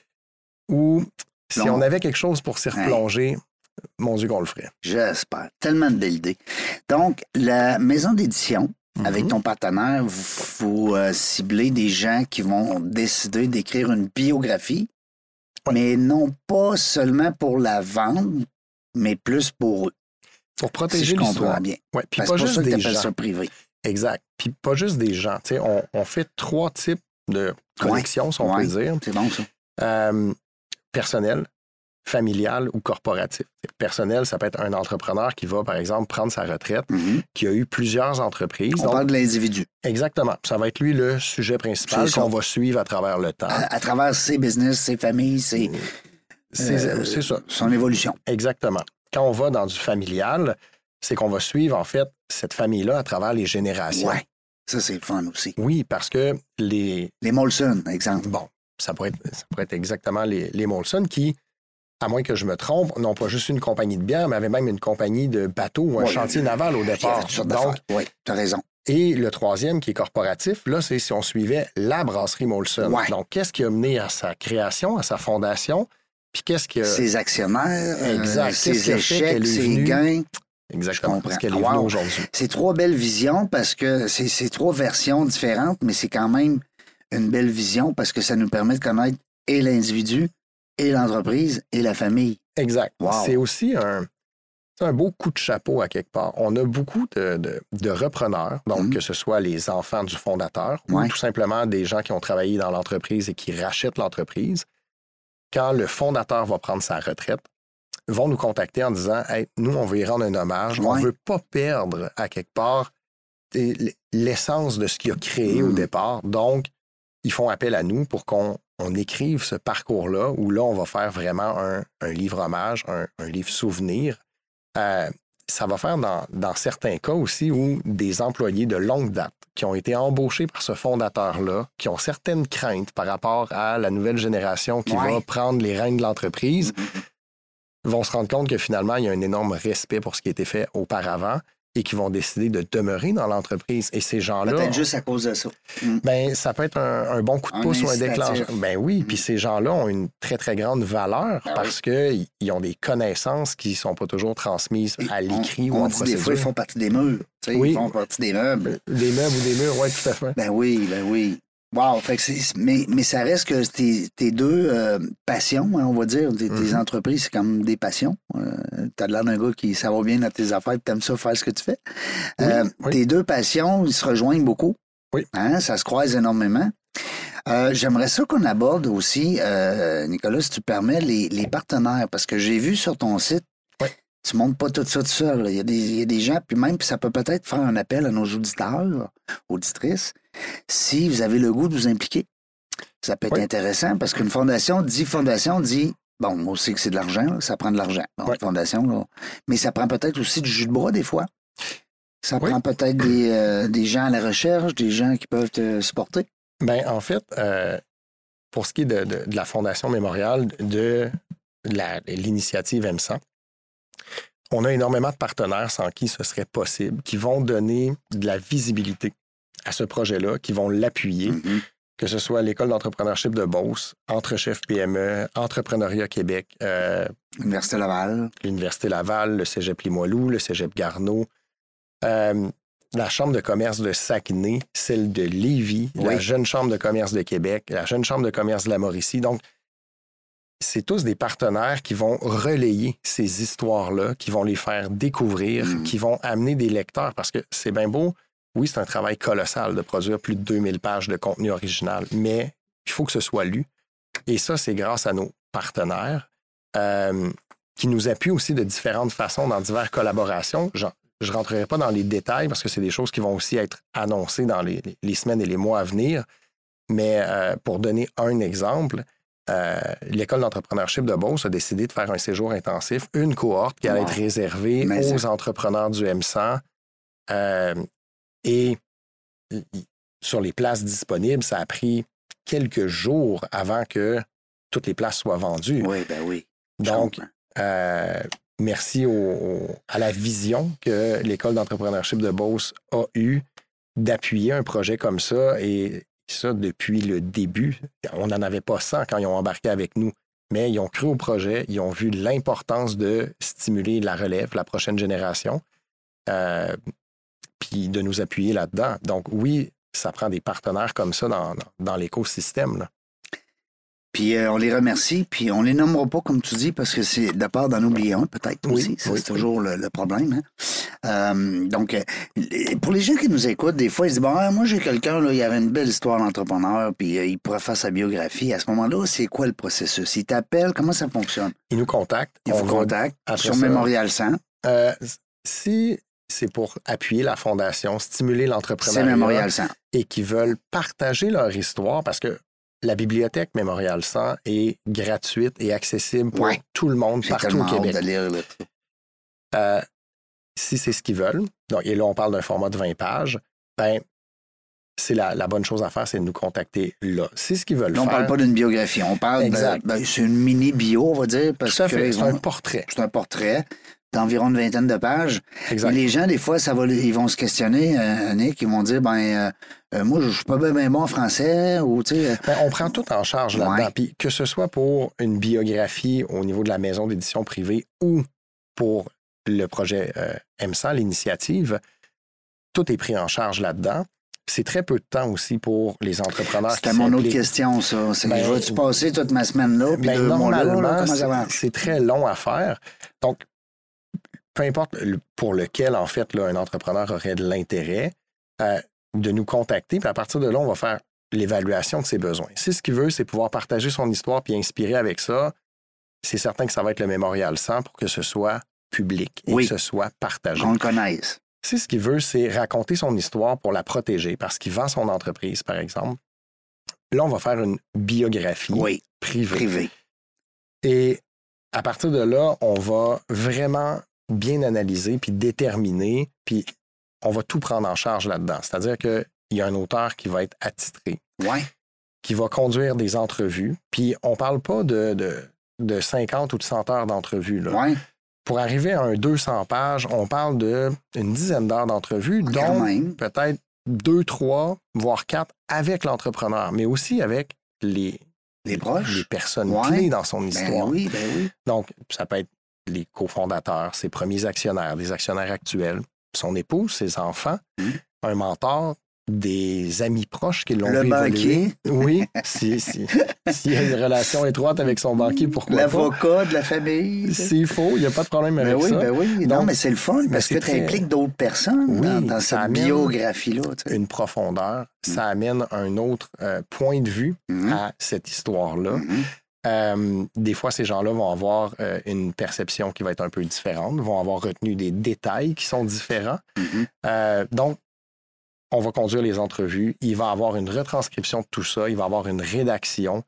Ou si non. on avait quelque chose pour s'y replonger, hein. Mon Dieu qu'on le ferait. J'espère. Tellement de belles idées. Donc, la maison d'édition, mm-hmm. avec ton partenaire, vous, vous euh, ciblez des gens qui vont décider d'écrire une biographie, ouais. mais non pas seulement pour la vendre, mais plus pour eux. Pour protéger si je l'histoire. Bien. Ouais. Puis Parce pas que juste pour ça que des gens. ça privé. Exact. Puis pas juste des gens. Tu sais, on, on fait trois types de collections, ouais. si on ouais. peut dire. C'est bon, ça. Euh, personnel, familial ou corporatif. Personnel, ça peut être un entrepreneur qui va, par exemple, prendre sa retraite, mm-hmm. qui a eu plusieurs entreprises. On donc, parle de l'individu. Exactement. Ça va être lui le sujet principal qu'on va suivre à travers le temps. À, à travers ses business, ses familles, ses, c'est, euh, c'est ça. Son évolution. Exactement. Quand on va dans du familial, c'est qu'on va suivre, en fait, cette famille-là à travers les générations. Oui. Ça, c'est le fun aussi. Oui, parce que les... Les Molson, exemple. Bon, ça pourrait être, ça pourrait être exactement les, les Molson qui... À moins que je me trompe, n'ont pas juste une compagnie de bière, mais avaient même une compagnie de bateaux ou un oui, chantier naval au départ. Donc, oui, tu as raison. Et le troisième, qui est corporatif, là, c'est si on suivait la brasserie Molson. Ouais. Donc, qu'est-ce qui a mené à sa création, à sa fondation, puis qu'est-ce qui a... Ses actionnaires, exact. Euh, ses échecs, ses venue... gains. Exactement, parce qu'elle est venue wow. aujourd'hui. C'est trois belles visions, parce que c'est, c'est trois versions différentes, mais c'est quand même une belle vision, parce que ça nous permet de connaître et l'individu, et l'entreprise et la famille. Exact. Wow. C'est aussi un, c'est un beau coup de chapeau à quelque part. On a beaucoup de, de, de repreneurs, donc mmh. que ce soit les enfants du fondateur ouais. ou tout simplement des gens qui ont travaillé dans l'entreprise et qui rachètent l'entreprise. Quand le fondateur va prendre sa retraite, vont nous contacter en disant hey, « Nous, on veut y rendre un hommage. Ouais. On ne veut pas perdre à quelque part l'essence de ce qu'il a créé mmh. au départ. Donc, ils font appel à nous pour qu'on on écrive ce parcours-là, où là, on va faire vraiment un, un livre hommage, un, un livre souvenir. Euh, ça va faire dans, dans certains cas aussi où des employés de longue date qui ont été embauchés par ce fondateur-là, qui ont certaines craintes par rapport à la nouvelle génération qui ouais. va prendre les rênes de l'entreprise, mm-hmm. vont se rendre compte que finalement, il y a un énorme respect pour ce qui a été fait auparavant et qui vont décider de demeurer dans l'entreprise. Et ces gens-là... Peut-être juste à cause de ça. Mm. Ben, ça peut être un, un bon coup de pouce un ou un déclencheur. Ben oui, mm. puis ces gens-là ont une très, très grande valeur ben parce oui. qu'ils ont des connaissances qui ne sont pas toujours transmises et à l'écrit on, ou on en dit procédure. Des fois, ils font partie des murs. Oui. Ils font partie des meubles. Des meubles ou des murs, oui, tout à fait. Ben oui, ben oui. Wow! Fait que c'est, mais, mais ça reste que tes, tes deux euh, passions, hein, on va dire, tes, mm-hmm. tes entreprises, c'est comme des passions. Euh, t'as l'air d'un gars qui ça va bien dans tes affaires et t'aimes ça faire ce que tu fais. Euh, oui, oui. Tes deux passions, ils se rejoignent beaucoup. Oui. Hein, ça se croise énormément. Euh, j'aimerais ça qu'on aborde aussi, euh, Nicolas, si tu permets, les, les partenaires, parce que j'ai vu sur ton site, oui. tu ne montes pas tout ça tout seul. Il y a des, il y a des gens, puis même, puis ça peut peut-être faire un appel à nos auditeurs, auditrices, si vous avez le goût de vous impliquer. Ça peut être oui. intéressant parce qu'une fondation dit fondation dit bon, on sait que c'est de l'argent, là, ça prend de l'argent, bon, Ouais. fondation, là. Mais ça prend peut-être aussi du jus de bras, des fois. Ça Oui. prend peut-être des, euh, des gens à la recherche, des gens qui peuvent te supporter. Ben, en fait, euh, pour ce qui est de, de, de la Fondation Mémorial, de la, l'initiative M cent, on a énormément de partenaires sans qui ce serait possible, qui vont donner de la visibilité à ce projet-là, qui vont l'appuyer, Mm-hmm. que ce soit l'École d'entrepreneurship de Beauce, Entrechef P M E, Entrepreneuriat Québec, euh, Université Laval. l'Université Laval, le Cégep Limoilou, le Cégep Garneau, euh, la Chambre de commerce de Saguenay, celle de Lévis, Oui. la Jeune Chambre de commerce de Québec, la Jeune Chambre de commerce de la Mauricie. Donc, c'est tous des partenaires qui vont relayer ces histoires-là, qui vont les faire découvrir, Mm. qui vont amener des lecteurs, parce que c'est bien beau. Oui, c'est un travail colossal de produire plus de deux mille pages de contenu original, mais il faut que ce soit lu. Et ça, c'est grâce à nos partenaires euh, qui nous appuient aussi de différentes façons dans diverses collaborations. Genre, je ne rentrerai pas dans les détails parce que c'est des choses qui vont aussi être annoncées dans les, les semaines et les mois à venir. Mais euh, pour donner un exemple, euh, l'École d'entrepreneurship de Beauce a décidé de faire un séjour intensif, une cohorte qui allait Wow. être réservée Mais aux ça- entrepreneurs du M cent. Euh, et y- y- sur les places disponibles, ça a pris quelques jours avant que toutes les places soient vendues. Oui, ben oui. Je Donc, comprends. euh, merci au, au- à la vision que l'École d'entrepreneurship de Beauce a eue d'appuyer un projet comme ça. Et ça, depuis le début, on n'en avait pas cent quand ils ont embarqué avec nous. Mais ils ont cru au projet, ils ont vu l'importance de stimuler la relève, la prochaine génération, euh, puis de nous appuyer là-dedans. Donc oui, ça prend des partenaires comme ça dans, dans, dans l'écosystème, là. Puis euh, on les remercie, puis on les nommera pas, comme tu dis, parce que c'est de part d'en oublier un, peut-être Oui, aussi. Ça, oui, c'est toujours le, le problème. Hein? Euh, donc, euh, pour les gens qui nous écoutent, des fois, ils se disent, bon, ah, moi, j'ai quelqu'un, là, il avait une belle histoire d'entrepreneur, puis euh, il pourrait faire sa biographie. À ce moment-là, c'est quoi le processus? Il t'appelle, comment ça fonctionne? Ils nous contactent. Il on vous va- contacte après sur ça- Mémorial cent. Euh, si c'est pour appuyer la fondation, stimuler C'est l'entrepreneuriat Mémorial cent. et qui veulent partager leur histoire, parce que la bibliothèque Mémorial cent est gratuite et accessible pour Ouais. tout le monde J'ai partout tellement au hâte Québec. de lire là. Euh, si c'est ce qu'ils veulent, donc, et là on parle d'un format de vingt pages, ben, c'est la, la bonne chose à faire, c'est de nous contacter là. C'est ce qu'ils veulent Là, on faire. parle pas d'une biographie, on parle de... Exact. ben, c'est une mini-bio, on va dire, parce Tout à fait, que c'est on- un portrait. c'est un portrait d'environ une vingtaine de pages. Exact. Et les gens, des fois, ça va, ils vont se questionner, euh, Nick, ils vont dire, ben, euh, euh, moi, je suis pas bien ben bon en français, ou, tu sais, euh, Ben, on prend tout en charge là-dedans. Ouais. Puis que ce soit pour une biographie au niveau de la maison d'édition privée ou pour le projet euh, M cent, l'initiative, tout est pris en charge là-dedans. C'est très peu de temps aussi pour les entrepreneurs qui c'était mon autre s'impliquent. question, ça. C'est, Ben, je vais-tu passer toute ma semaine là, puis Ben, deux mois là, là, normalement, comment ça c'est- marche? c'est très long à faire. Donc, peu importe le- pour lequel, en fait, là, un entrepreneur aurait de l'intérêt, euh, de nous contacter. Puis à partir de là, on va faire l'évaluation de ses besoins. Si ce qu'il veut, c'est pouvoir partager son histoire puis inspirer avec ça, c'est certain que ça va être le Mémorial cent pour que ce soit public et Oui. que ce soit partagé. Qu'on le connaisse. Si ce qu'il veut, c'est raconter son histoire pour la protéger parce qu'il vend son entreprise, par exemple, là, on va faire une biographie Oui, privée. privé. Et à partir de là, on va vraiment bien analyser puis déterminer, puis on va tout prendre en charge là-dedans. C'est-à-dire qu'il y a un auteur qui va être attitré, Ouais. qui va conduire des entrevues, puis on parle pas de, de, de cinquante ou de cent heures d'entrevue, là. Ouais. Pour arriver à un deux cents pages, on parle d'une dizaine d'heures d'entrevue, Quand dont même. peut-être deux, trois, voire quatre avec l'entrepreneur, mais aussi avec les, Les proches. les personnes Ouais. clés dans son Ben histoire. oui, ben oui. Donc, ça peut être les cofondateurs, ses premiers actionnaires, des actionnaires actuels, son épouse, ses enfants, Mm. un mentor, des amis proches qui l'ont Le vu évoluer. banquier. Oui, si, si, s'il y a une relation étroite avec son banquier, pourquoi pas? L'avocat de la famille. S'il faut, il n'y a pas de problème Ben avec oui, ça. ben oui. Non, Donc, mais c'est le fun ben, parce que c'est tu très- impliques d'autres personnes Oui, dans, dans ça cette amène biographie-là. tu sais. Une profondeur, Mm. ça amène un autre euh, point de vue Mhm. à cette histoire-là. Mhm. Euh, des fois, ces gens-là vont avoir euh, une perception qui va être un peu différente, vont avoir retenu des détails qui sont différents. Mhm. Euh, donc, on va conduire les entrevues. Il va avoir une retranscription de tout ça. Il va avoir une rédaction.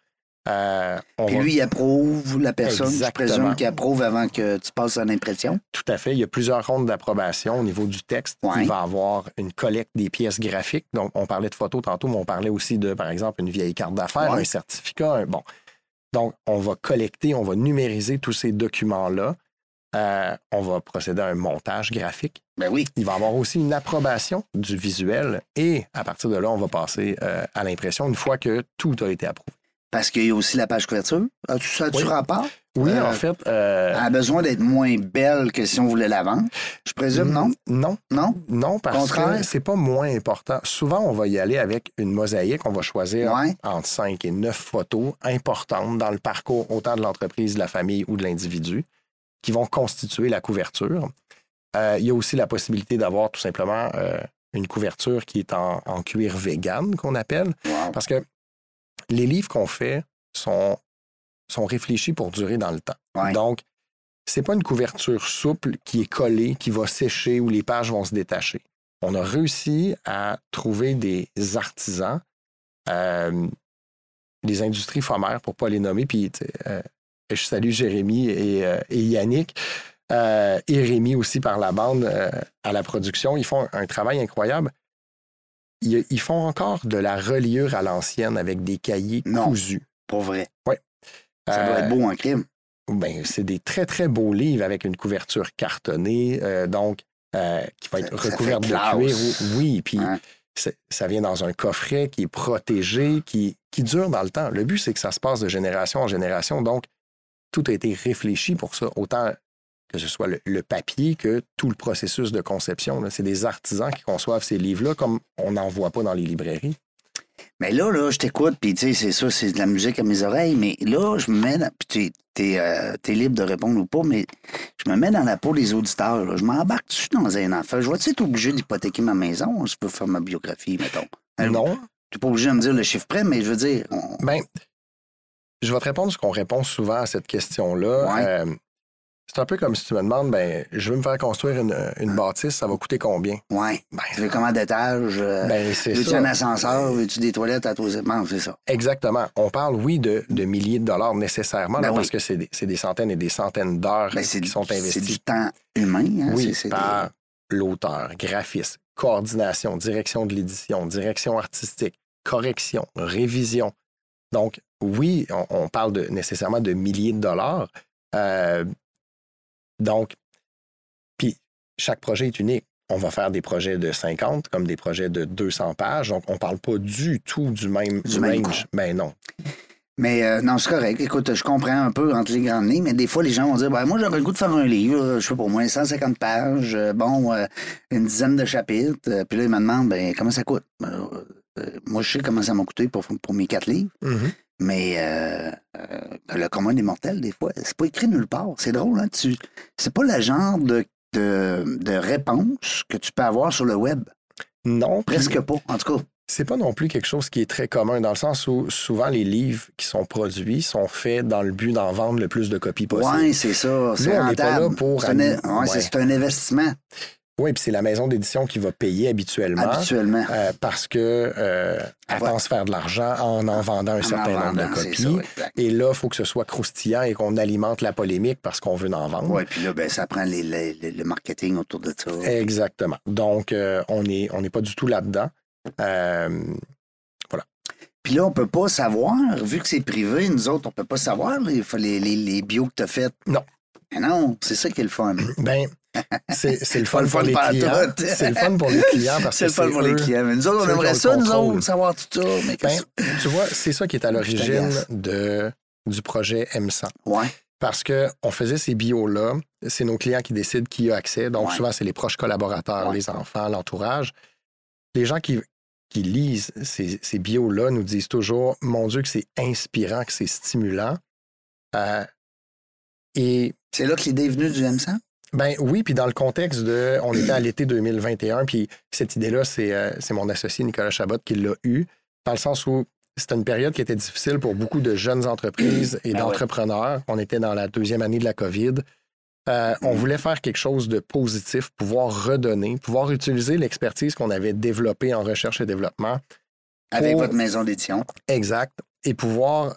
Euh, on Puis va... lui, il approuve la personne, Exactement. je présume, qui approuve avant que tu passes à l'impression. Tout à fait. Il y a plusieurs rondes d'approbation au niveau du texte. Ouais. Il va avoir une collecte des pièces graphiques. Donc, on parlait de photos tantôt, mais on parlait aussi de, par exemple, une vieille carte d'affaires, Ouais. un certificat. Un... Bon. Donc, on va collecter, on va numériser tous ces documents-là. Euh, on va procéder à un montage graphique. Ben oui. Il va y avoir aussi une approbation du visuel et à partir de là, on va passer euh, à l'impression une fois que tout a été approuvé. Parce qu'il y a aussi la page couverture. As-tu ça a-tu Oui. rapport? Oui, Euh, en fait... euh, Elle a besoin d'être moins belle que si on voulait la vendre. Je présume, non? Non, Non? non, parce Contraire. que c'est pas moins important. Souvent, on va y aller avec une mosaïque. On va choisir Ouais. entre cinq et neuf photos importantes dans le parcours autant de l'entreprise, de la famille ou de l'individu qui vont constituer la couverture. Euh, il y a aussi la possibilité d'avoir tout simplement euh, une couverture qui est en, en cuir vegan, qu'on appelle. Wow. Parce que les livres qu'on fait sont, sont réfléchis pour durer dans le temps. Ouais. Donc, c'est pas une couverture souple qui est collée, qui va sécher ou les pages vont se détacher. On a réussi à trouver des artisans, euh, des industries fommères, pour ne pas les nommer, puis euh, je salue Jérémy et, euh, et Yannick, euh, et Rémi aussi par la bande euh, à la production. Ils font un travail incroyable. Ils, ils font encore de la reliure à l'ancienne avec des cahiers Non. cousus. Pour vrai. Oui. Ça doit être beau en crime. Ben, c'est des très, très beaux livres avec une couverture cartonnée, euh, donc euh, qui va être Ça- ça recouverte fait de classe. cuir. Oui, puis Hein? c'est- ça vient dans un coffret qui est protégé, qui, qui dure dans le temps. Le but, c'est que ça se passe de génération en génération. Donc, tout a été réfléchi pour ça, autant que ce soit le, le papier que tout le processus de conception. là. C'est des artisans qui conçoivent ces livres-là comme on n'en voit pas dans les librairies. Mais là, là, je t'écoute, puis tu sais, c'est ça, c'est de la musique à mes oreilles, mais là, je me mets dans... Puis tu es libre de répondre ou pas, mais je me mets dans la peau des auditeurs. Là. Je m'embarque dessus dans un enfant. Je vais-tu être obligé d'hypothéquer ma maison? Je peux faire ma biographie, mettons. Hein, Non, Tu n'es pas obligé de me dire le chiffre près, mais je veux dire... on- ben, je vais te répondre ce qu'on répond souvent à cette question-là. Ouais. Euh, c'est un peu comme si tu me demandes, ben, je veux me faire construire une, une bâtisse, ça va coûter combien? Ouais. Ben, Tu veux combien d'étages? Euh, ben, c'est veux-tu ça. un ascenseur? Veux-tu des toilettes à tous les bon, c'est ça. Exactement. On parle, oui, de, de milliers de dollars nécessairement, Ben là, oui. parce que c'est des, c'est des centaines et des centaines d'heures Ben, c'est qui sont C'est investies. du temps humain. Hein? Oui, C'est- c'est par l'auteur, graphiste, coordination, direction de l'édition, direction artistique, correction, révision. Donc, oui, on, on parle de, nécessairement de milliers de dollars. Euh, donc, puis chaque projet est unique. On va faire des projets de cinquante comme des projets de deux cents pages. Donc, on ne parle pas du tout du même Du même range. Ben non. Mais euh, non, c'est correct. Écoute, je comprends un peu entre les grandes lignes, mais des fois, les gens vont dire ben, moi, j'aurais le goût de faire un livre, je sais pas, au moins cent cinquante pages, euh, bon, euh, une dizaine de chapitres. Euh, puis là, ils me demandent ben, comment ça coûte. Ben, euh, moi, je sais comment ça m'a coûté pour, pour mes quatre livres, Mhm. mais euh, euh, le commun des mortels, des fois, c'est pas écrit nulle part. C'est drôle, hein? Tu, c'est pas le genre de, de, de réponse que tu peux avoir sur le web. Non, puis Presque pas, en tout cas. c'est pas non plus quelque chose qui est très commun, dans le sens où souvent les livres qui sont produits sont faits dans le but d'en vendre le plus de copies possible. Oui, c'est ça. C'est Nous, on n'est pas rentable. là pour C'est un, am- ouais, c'est- ouais. c'est un investissement, Oui, puis c'est la maison d'édition qui va payer habituellement. habituellement. euh, parce que euh, elle Ouais. pense faire de l'argent en en vendant un En certain en nombre de vendant, c'est copies. ça, exact. Et là, il faut que ce soit croustillant et qu'on alimente la polémique parce qu'on veut en vendre. Oui, puis là, ben, ça prend les, les- les- le marketing autour de ça. Exactement. Donc, euh, on n'est on n'est pas du tout là-dedans. Euh, Puis là, on peut pas savoir, vu que c'est privé, nous autres, on peut pas savoir les, les, les, les bios que tu as faites. Non. Mais non, c'est ça qui est le fun. ben, c'est c'est le Pas fun le pour fun les par clients. tout. C'est le fun pour les clients parce C'est que le fun pour les eux- clients. Mais nous autres, on ceux qui aimerait ont ça, le nous contrôle. autres, savoir tout ça. Mais Ben, qu'est-ce- tu vois, c'est ça qui est à l'origine t'agace. de, du projet M cent. Ouais. Parce qu'on faisait ces bios-là, c'est nos clients qui décident qui y a accès. Donc, Ouais. souvent, c'est les proches collaborateurs, Ouais. les enfants, l'entourage. Les gens qui, qui lisent ces, ces bios-là nous disent toujours « Mon Dieu, que c'est inspirant, que c'est stimulant. Euh, » Et C'est là que l'idée est venue du M cent? ben oui, puis dans le contexte de... On était à l'été deux mille vingt et un, puis cette idée-là, c'est euh, c'est mon associé Nicolas Chabot qui l'a eu, dans le sens où c'était une période qui était difficile pour beaucoup de jeunes entreprises et Ben d'entrepreneurs. On était dans la deuxième année de la COVID. Euh, on voulait faire quelque chose de positif, pouvoir redonner, pouvoir utiliser l'expertise qu'on avait développée en recherche et développement. Avec Pour- votre maison d'édition. Exact. Et pouvoir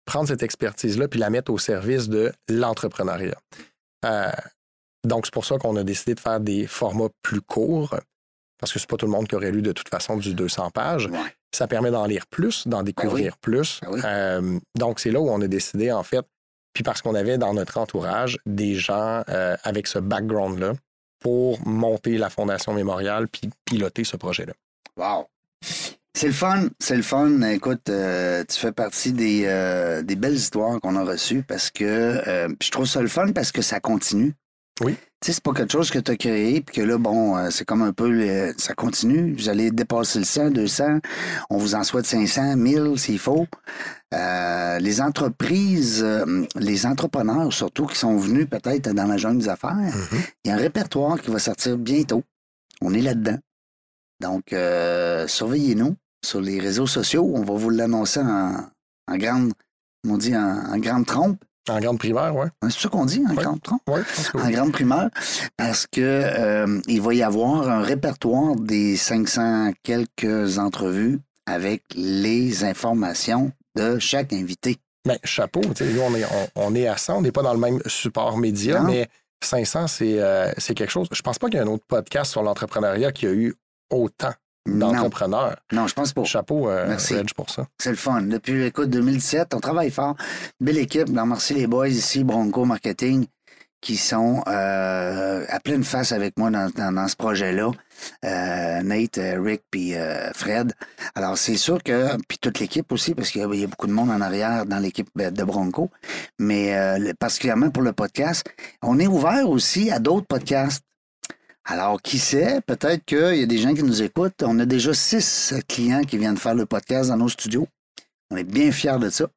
prendre cette expertise-là puis la mettre au service de l'entrepreneuriat. Euh, donc, c'est pour ça qu'on a décidé de faire des formats plus courts, parce que c'est pas tout le monde qui aurait lu de toute façon du deux cents pages. Ouais. Ça permet d'en lire plus, d'en découvrir ben oui. plus. Ben oui. Euh, donc, c'est là où on a décidé, en fait, puis parce qu'on avait dans notre entourage des gens euh, avec ce background-là pour monter la Fondation Mémorial puis piloter ce projet-là. Wow! C'est le fun, c'est le fun. Écoute, euh, tu fais partie des, euh, des belles histoires qu'on a reçues parce que euh, je trouve ça le fun parce que ça continue. Oui. Tu sais, c'est pas quelque chose que tu as créé, puis que là, bon, euh, c'est comme un peu, le, ça continue. Vous allez dépasser le cent, deux cents. On vous en souhaite cinq cents, mille s'il faut. Euh, les entreprises, euh, les entrepreneurs surtout, qui sont venus peut-être dans la jungle des affaires, Mm-hmm. il y a un répertoire qui va sortir bientôt. On est là-dedans. Donc, euh, surveillez-nous sur les réseaux sociaux. On va vous l'annoncer en, en grande, on dit en, en grande trompe. En grande primaire, oui. C'est ça qu'on dit, en Ouais. grande trompe? Oui, En grande primeur, parce que euh, il va y avoir un répertoire des cinq cents quelques entrevues avec les informations de chaque invité. Bien, chapeau. Tu sais, nous, on est, on, on est à cent, on n'est pas dans le même support média, Non. mais cinq cents, c'est, euh, c'est quelque chose. Je pense pas qu'il y ait un autre podcast sur l'entrepreneuriat qui a eu autant d'entrepreneurs. Non, non, je pense pas. Chapeau, euh, Merci. Reg, pour ça. C'est le fun. Depuis, écoute, deux mille dix-sept, on travaille fort. Belle équipe. Ben, merci les boys ici, Bronco Marketing, qui sont euh, à pleine face avec moi dans, dans, dans ce projet-là. Euh, Nate, euh, Rick, puis euh, Fred. Alors, c'est sûr que... Puis toute l'équipe aussi, parce qu'il y a, il y a beaucoup de monde en arrière dans l'équipe de Bronco. Mais euh, particulièrement pour le podcast, on est ouvert aussi à d'autres podcasts. Alors, qui sait, peut-être qu'il y a des gens qui nous écoutent. On a déjà six clients qui viennent faire le podcast dans nos studios. On est bien fiers de ça.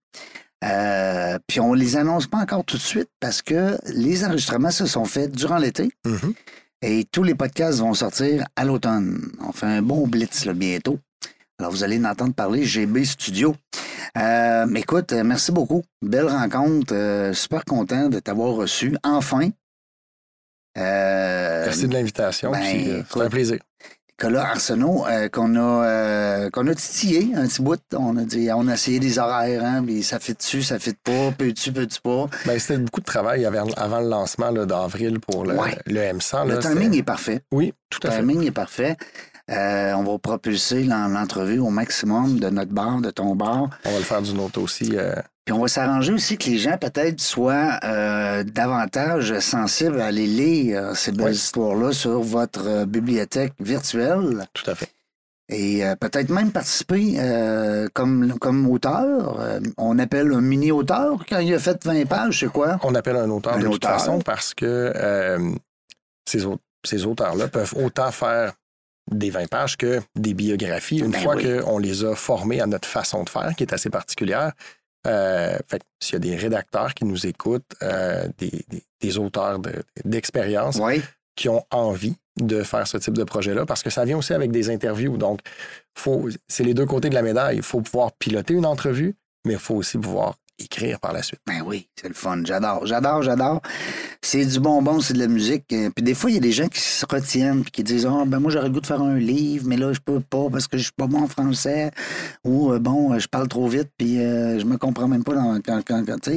Euh, puis on les annonce pas encore tout de suite parce que les enregistrements se sont faits durant l'été Mm-hmm. et tous les podcasts vont sortir à l'automne. On fait un bon blitz là, bientôt. Alors, vous allez en entendre parler G B Studio. Euh, écoute, euh, merci beaucoup. Belle rencontre. Euh, super content de t'avoir reçu. Enfin. Euh, Merci de l'invitation. ben, puis, euh, c'est écoute, un plaisir. Nicolas Arsenault, euh, qu'on a, euh, qu'on a titillé un petit bout. On a dit, on a essayé des horaires, hein, puis ça fait dessus, ça fait pas, peux-tu, peux-tu pas. Ben, c'était beaucoup de travail avant, avant le lancement là, d'avril pour le, Ouais. le M cent. Le là, timing c'était- est parfait. Oui, tout Le à fait. timing est parfait. Euh, on va propulser l'en- l'entrevue au maximum de notre bar, de ton bar. On va le faire du nôtre aussi. euh, Puis on va s'arranger aussi que les gens peut-être soient euh, davantage sensibles à aller lire ces belles Ouais. histoires-là sur votre euh, bibliothèque virtuelle. tout à fait. Et euh, peut-être même participer euh, comme, comme auteur. Euh, on appelle un mini-auteur quand il a fait vingt pages, c'est quoi? On appelle un auteur Un de toute auteur. façon parce que euh, ces, au- ces auteurs-là peuvent autant faire des vingt pages que des biographies, une Ben fois oui. qu'on les a formés à notre façon de faire, qui est assez particulière. Euh, fait que s'il y a des rédacteurs qui nous écoutent, euh, des, des- des auteurs de- d'expérience Oui. qui ont envie de faire ce type de projet-là, parce que ça vient aussi avec des interviews. Donc, faut, c'est les deux côtés de la médaille. Il faut pouvoir piloter une entrevue, mais il faut aussi pouvoir écrire par la suite. Ben oui, c'est le fun. J'adore, j'adore, j'adore. C'est du bonbon, c'est de la musique. Euh, Puis des fois, il y a des gens qui se retiennent puis qui disent « Ah, ben moi, j'aurais le goût de faire un livre, mais là, je peux pas parce que je suis pas bon en français. » Ou euh, « Bon, euh, je parle trop vite puis euh, je me comprends même pas dans, quand, quand, quand tu sais. »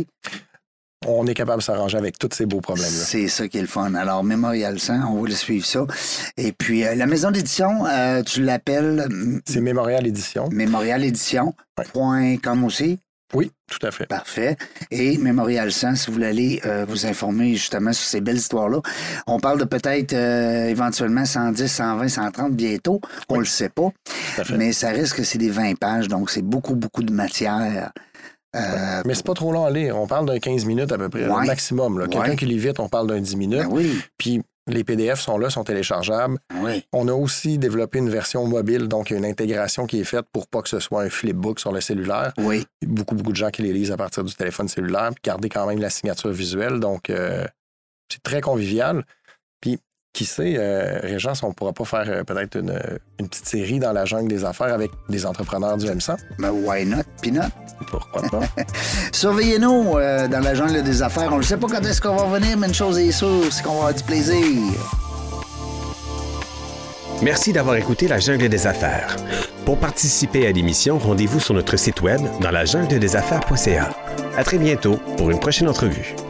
On est capable de s'arranger avec tous ces beaux problèmes-là. C'est ça qui est le fun. Alors, Mémorial cent, on va le suivre ça. Et puis, euh, la maison d'édition, euh, tu l'appelles mm, C'est Mémorial Édition. Mémorial Édition, Ouais. point com aussi. Oui, tout à fait. Parfait. Et Mémorial cent, si vous voulez aller euh, vous informer justement sur ces belles histoires-là. On parle de peut-être euh, éventuellement cent dix, cent vingt, cent trente bientôt. On Oui. le sait pas. Tout à fait. Mais ça risque que c'est des vingt pages, donc c'est beaucoup, beaucoup de matière. Euh, Mais c'est pas trop long à lire. On parle d'un quinze minutes à peu près, Ouais. le maximum. Là. Quelqu'un Ouais. qui lit vite, on parle d'un dix minutes. ben oui, Puis les P D F sont là, sont téléchargeables. oui. On a aussi développé une version mobile, donc il y a une intégration qui est faite pour pas que ce soit un flipbook sur le cellulaire. Oui. Beaucoup, beaucoup de gens qui les lisent à partir du téléphone cellulaire, puis garder quand même la signature visuelle. Donc, euh, c'est très convivial. Puis, qui sait, euh, Régence, on pourra pas faire euh, peut-être une, une petite série dans la jungle des affaires avec des entrepreneurs du M cent? Ben why not, peanut? Pourquoi pas? Surveillez-nous euh, dans la jungle des affaires. On ne sait pas quand est-ce qu'on va revenir, mais une chose est sûre, c'est qu'on va avoir du plaisir. Merci d'avoir écouté La Jungle des Affaires. Pour participer à l'émission, rendez-vous sur notre site web dans la jungle des affaires point c a. À très bientôt pour une prochaine entrevue.